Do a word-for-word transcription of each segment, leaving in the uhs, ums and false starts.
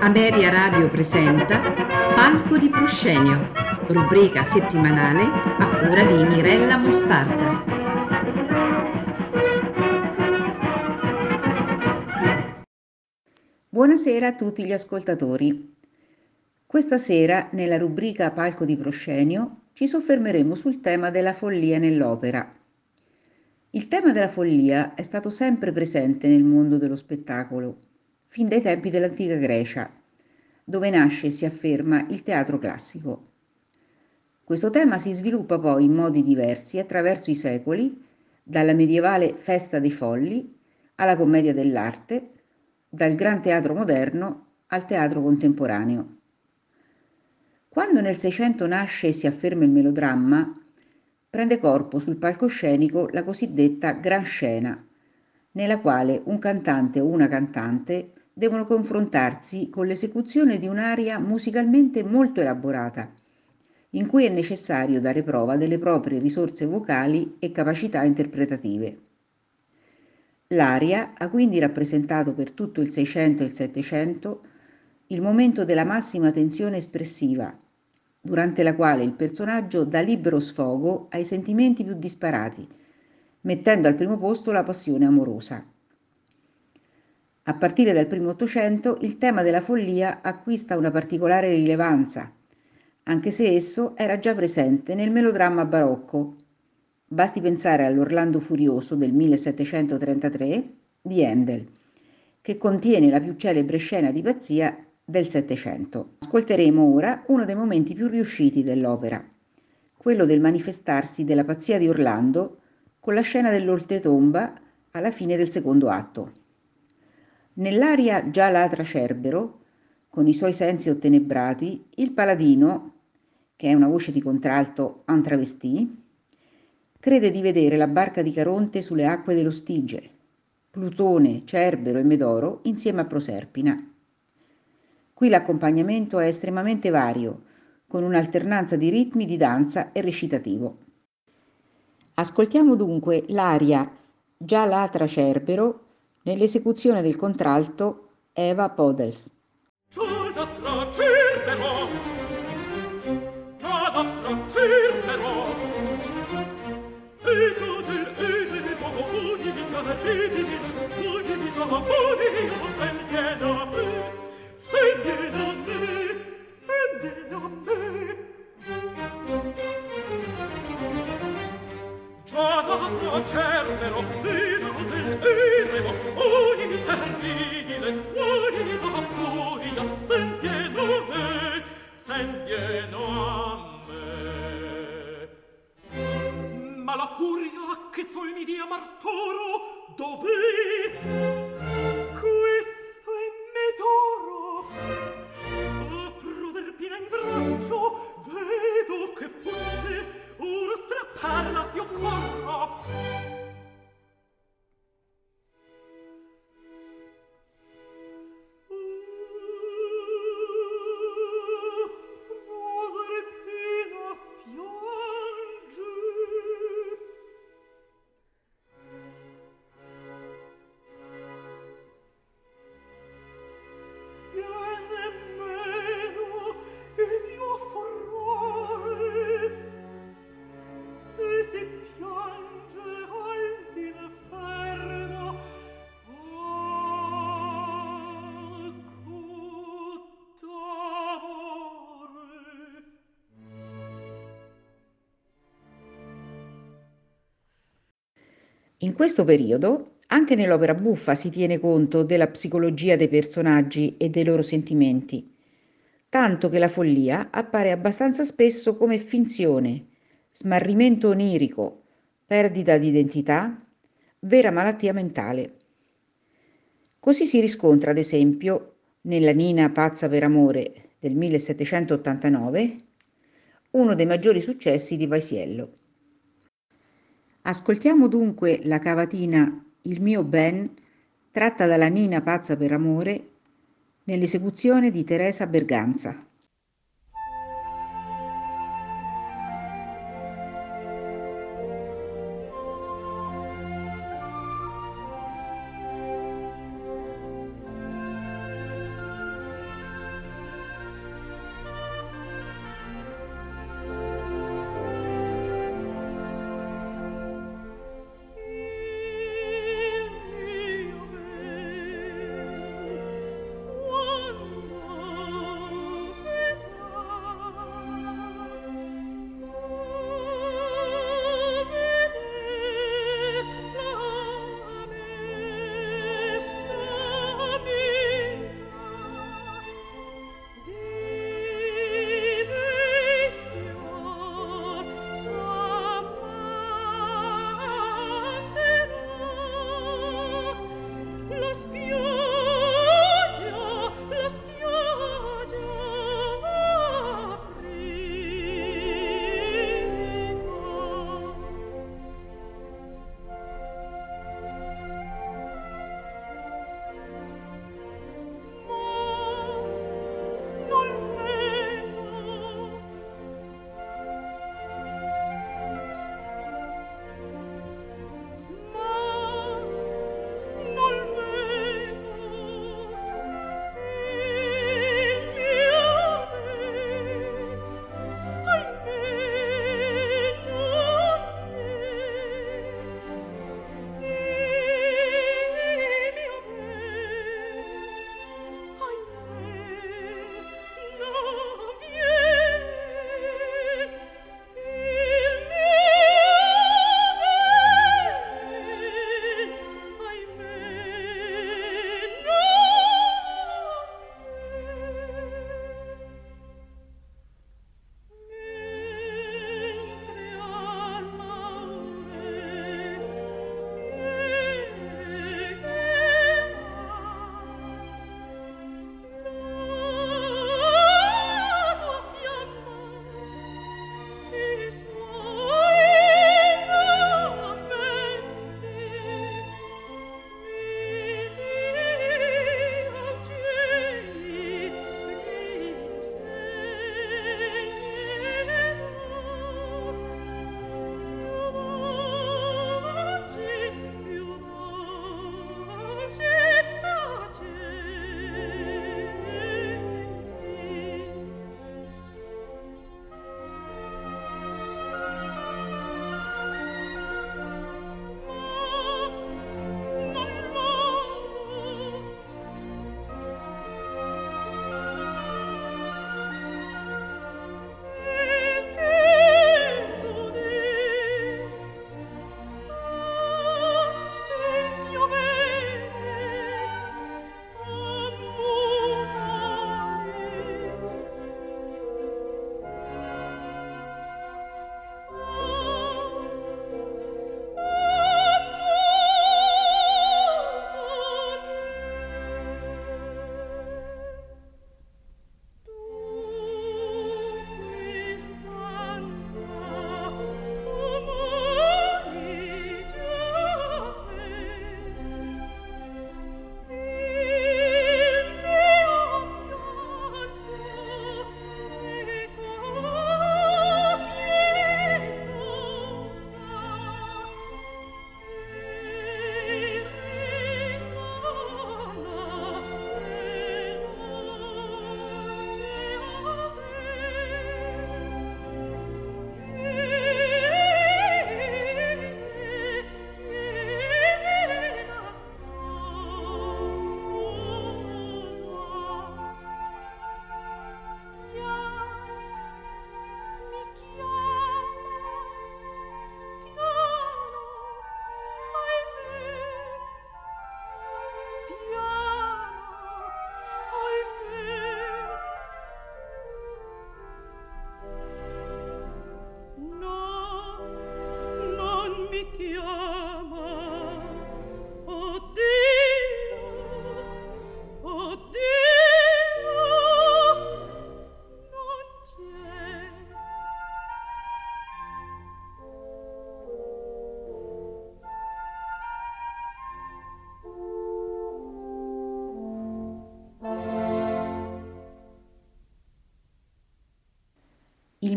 Ameria Radio presenta Palco di Proscenio, rubrica settimanale a cura di Mirella Mostarda. Buonasera a tutti gli ascoltatori. Questa sera, nella rubrica Palco di Proscenio, ci soffermeremo sul tema della follia nell'opera. Il tema della follia è stato sempre presente nel mondo dello spettacolo, fin dai tempi dell'antica Grecia, dove nasce e si afferma il teatro classico. Questo tema si sviluppa poi in modi diversi attraverso i secoli, dalla medievale Festa dei Folli alla commedia dell'arte, dal gran teatro moderno al teatro contemporaneo. Quando nel Seicento nasce e si afferma il melodramma, prende corpo sul palcoscenico la cosiddetta gran scena, nella quale un cantante o una cantante devono confrontarsi con l'esecuzione di un'aria musicalmente molto elaborata, in cui è necessario dare prova delle proprie risorse vocali e capacità interpretative. L'aria ha quindi rappresentato per tutto il Seicento e il Settecento il momento della massima tensione espressiva, durante la quale il personaggio dà libero sfogo ai sentimenti più disparati, mettendo al primo posto la passione amorosa. A partire dal primo Ottocento il tema della follia acquista una particolare rilevanza, anche se esso era già presente nel melodramma barocco. Basti pensare all'Orlando Furioso del millesettecentotrentatré di Handel, che contiene la più celebre scena di pazzia del Settecento. Ascolteremo ora uno dei momenti più riusciti dell'opera, quello del manifestarsi della pazzia di Orlando con la scena dell'oltretomba alla fine del secondo atto. Nell'aria Già ladra Cerbero, con i suoi sensi ottenebrati, il paladino, che è una voce di contralto en travesti, crede di vedere la barca di Caronte sulle acque dello Stige, Plutone, Cerbero e Medoro insieme a Proserpina. Qui l'accompagnamento è estremamente vario, con un'alternanza di ritmi di danza e recitativo. Ascoltiamo dunque l'aria Già ladra Cerbero nell'esecuzione del contralto Eva Podels. Già ladra Cerbero, già ladra Cerbero, e già del ede mogoni di carabini, mogoni di magoni, se viene a me, se viene a me, se viene a me. Già ladra Cerbero, e già del ede mogoni terribile, suoni di furia, se viene a me, se viene a me. Ma la furia che sol mi dia Martoro, dov'è? Questo è Medoro. A Proserpina in braccio, vedo che fugge, ora strapparla io corro. In questo periodo, anche nell'opera buffa si tiene conto della psicologia dei personaggi e dei loro sentimenti, tanto che la follia appare abbastanza spesso come finzione, smarrimento onirico, perdita di identità, vera malattia mentale. Così si riscontra, ad esempio, nella Nina pazza per amore del millesettecentottantanove, uno dei maggiori successi di Paisiello. Ascoltiamo dunque la cavatina Il mio ben, tratta dalla Nina pazza per amore, nell'esecuzione di Teresa Berganza.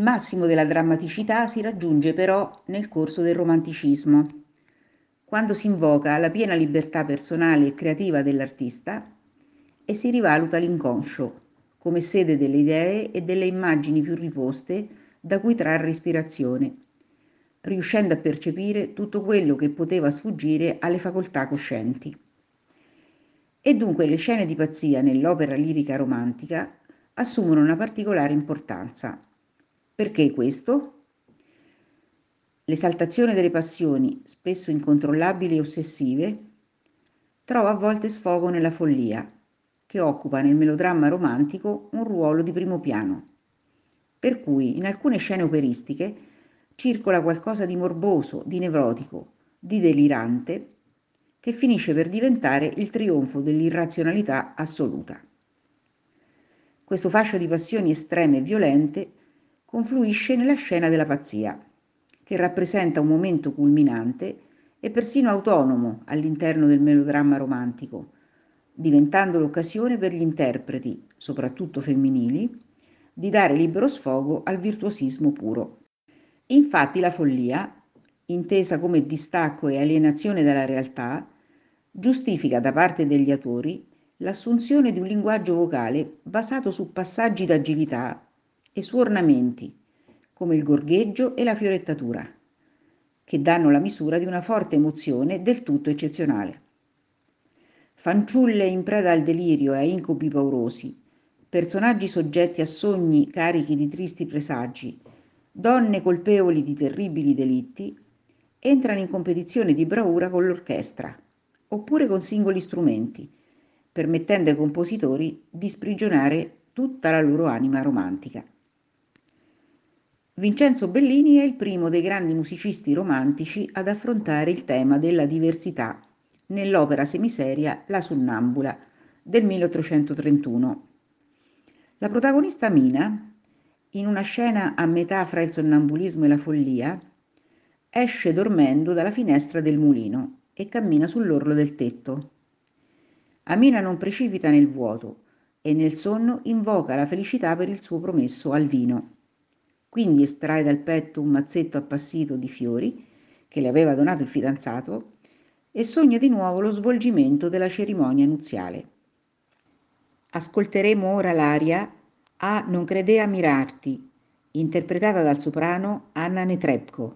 massimo della drammaticità si raggiunge però nel corso del romanticismo, quando si invoca la piena libertà personale e creativa dell'artista e si rivaluta l'inconscio come sede delle idee e delle immagini più riposte da cui trarre ispirazione, riuscendo a percepire tutto quello che poteva sfuggire alle facoltà coscienti. E dunque le scene di pazzia nell'opera lirica romantica assumono una particolare importanza. Perché questo? L'esaltazione delle passioni, spesso incontrollabili e ossessive, trova a volte sfogo nella follia, che occupa nel melodramma romantico un ruolo di primo piano. Per cui in alcune scene operistiche circola qualcosa di morboso, di nevrotico, di delirante, che finisce per diventare il trionfo dell'irrazionalità assoluta. Questo fascio di passioni estreme e violente confluisce nella scena della pazzia, che rappresenta un momento culminante e persino autonomo all'interno del melodramma romantico, diventando l'occasione per gli interpreti, soprattutto femminili, di dare libero sfogo al virtuosismo puro. Infatti la follia, intesa come distacco e alienazione dalla realtà, giustifica da parte degli autori l'assunzione di un linguaggio vocale basato su passaggi d'agilità e su ornamenti, come il gorgheggio e la fiorettatura, che danno la misura di una forte emozione del tutto eccezionale. Fanciulle in preda al delirio e a incubi paurosi, personaggi soggetti a sogni carichi di tristi presagi, donne colpevoli di terribili delitti, entrano in competizione di bravura con l'orchestra, oppure con singoli strumenti, permettendo ai compositori di sprigionare tutta la loro anima romantica. Vincenzo Bellini è il primo dei grandi musicisti romantici ad affrontare il tema della diversità nell'opera semiseria La Sonnambula del milleottocentotrentuno. La protagonista Mina, in una scena a metà fra il sonnambulismo e la follia, esce dormendo dalla finestra del mulino e cammina sull'orlo del tetto. Amina non precipita nel vuoto e nel sonno invoca la felicità per il suo promesso Alvino. Quindi estrae dal petto un mazzetto appassito di fiori che le aveva donato il fidanzato e sogna di nuovo lo svolgimento della cerimonia nuziale. Ascolteremo ora l'aria A non credea mirarti, interpretata dal soprano Anna Netrebko.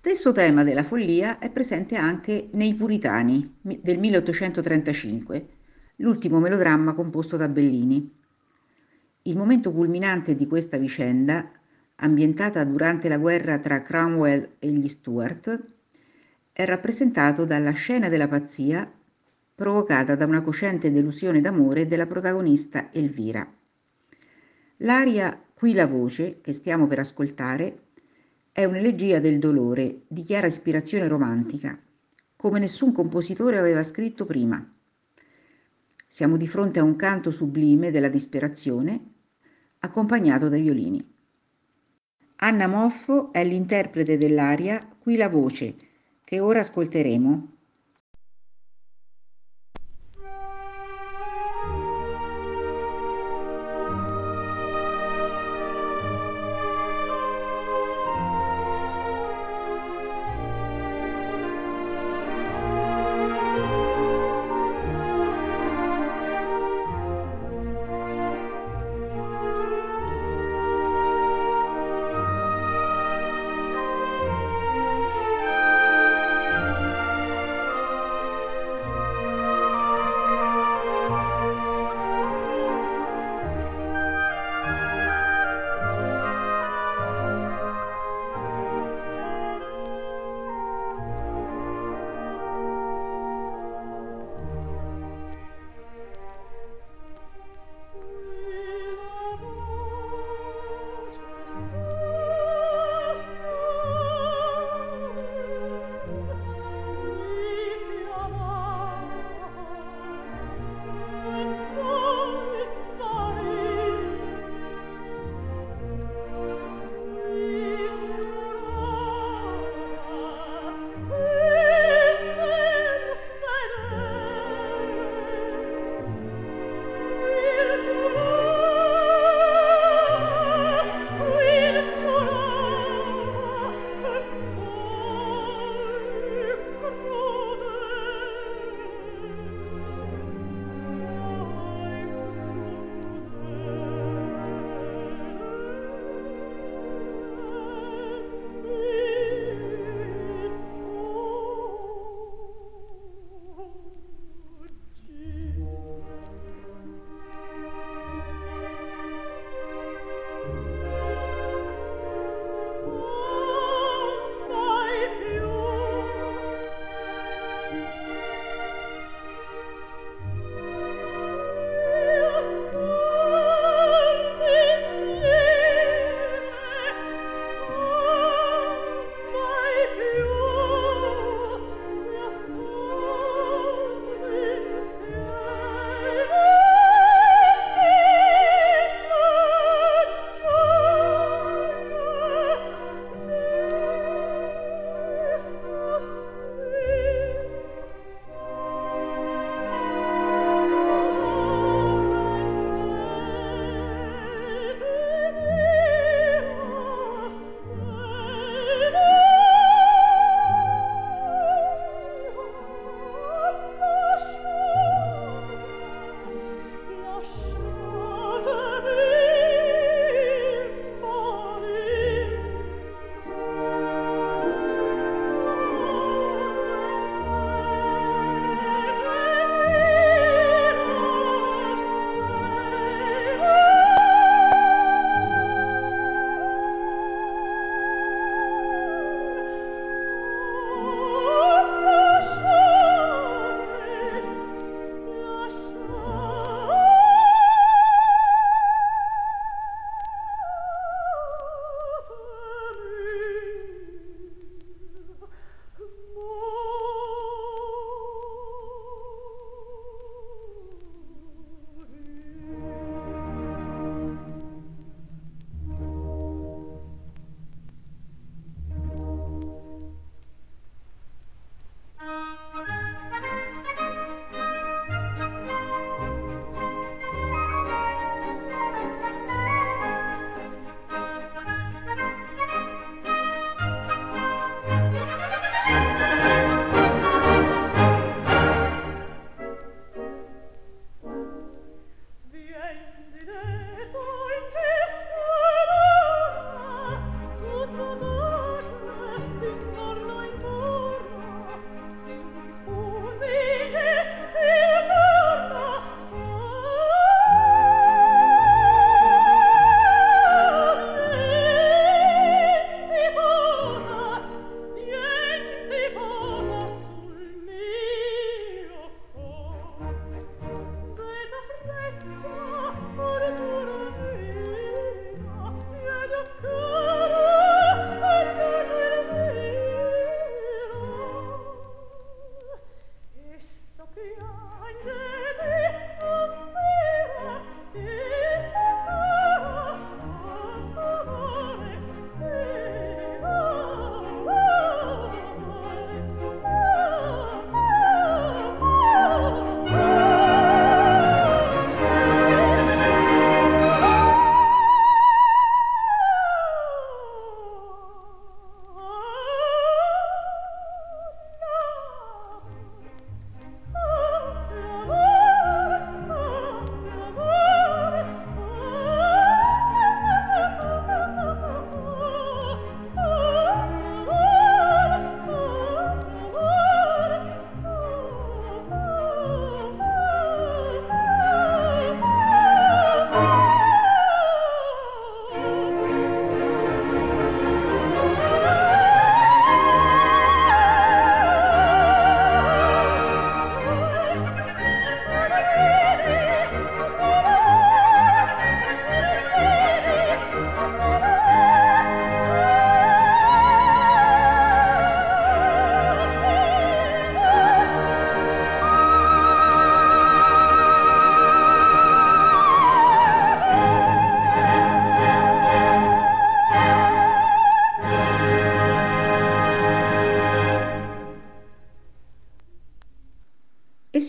Stesso tema della follia è presente anche nei Puritani del milleottocentotrentacinque, l'ultimo melodramma composto da Bellini. Il momento culminante di questa vicenda, ambientata durante la guerra tra Cromwell e gli Stuart, è rappresentato dalla scena della pazzia provocata da una cosciente delusione d'amore della protagonista Elvira. L'aria Qui la voce, che stiamo per ascoltare, è un'elegia del dolore di chiara ispirazione romantica, come nessun compositore aveva scritto prima. Siamo di fronte a un canto sublime della disperazione, accompagnato dai violini. Anna Moffo è l'interprete dell'aria Qui la voce, che ora ascolteremo.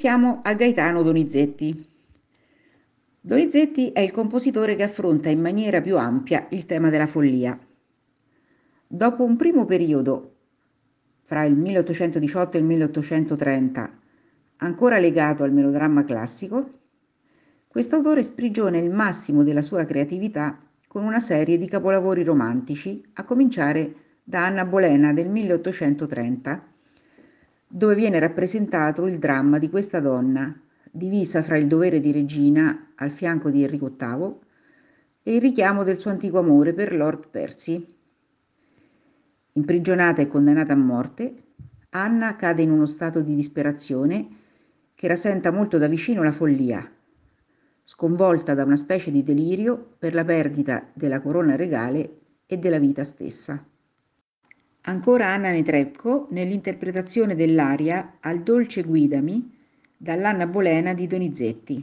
passiamo a Gaetano Donizetti. Donizetti è il compositore che affronta in maniera più ampia il tema della follia. Dopo un primo periodo, fra il milleottocentodiciotto e il milleottocentotrenta, ancora legato al melodramma classico, quest'autore sprigiona il massimo della sua creatività con una serie di capolavori romantici, a cominciare da Anna Bolena del milleottocentotrenta, dove viene rappresentato il dramma di questa donna, divisa fra il dovere di regina al fianco di Enrico ottavo e il richiamo del suo antico amore per Lord Percy. Imprigionata e condannata a morte, Anna cade in uno stato di disperazione che rasenta molto da vicino la follia, sconvolta da una specie di delirio per la perdita della corona regale e della vita stessa. Ancora Anna Netrebko nell'interpretazione dell'aria Al dolce guidami dall'Anna Bolena di Donizetti.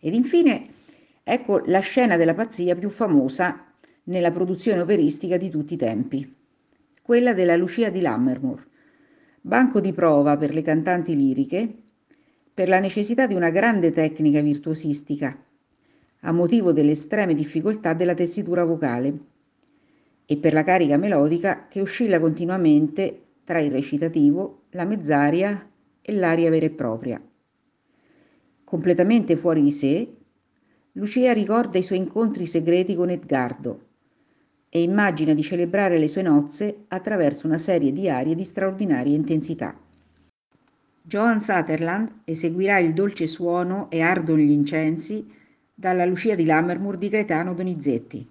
Ed infine, ecco la scena della pazzia più famosa nella produzione operistica di tutti i tempi, quella della Lucia di Lammermoor, banco di prova per le cantanti liriche, per la necessità di una grande tecnica virtuosistica, a motivo delle estreme difficoltà della tessitura vocale, e per la carica melodica che oscilla continuamente tra il recitativo, la mezzaria e l'aria vera e propria. Completamente fuori di sé, Lucia ricorda i suoi incontri segreti con Edgardo e immagina di celebrare le sue nozze attraverso una serie di arie di straordinaria intensità. Johan Sutherland eseguirà il dolce suono e ardono gli incensi dalla Lucia di Lammermoor di Gaetano Donizetti.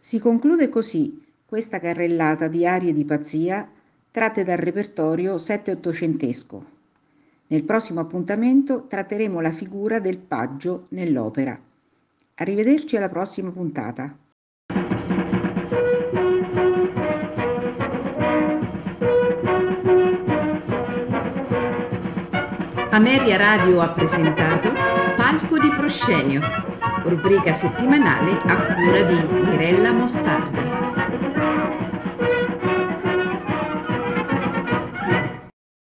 Si conclude così questa carrellata di arie di pazzia tratte dal repertorio sette-ottocentesco. Nel prossimo appuntamento tratteremo la figura del paggio nell'opera. Arrivederci alla prossima puntata. Ameria Radio ha presentato Palco di Proscenio, rubrica settimanale a cura di Mirella Mostarda.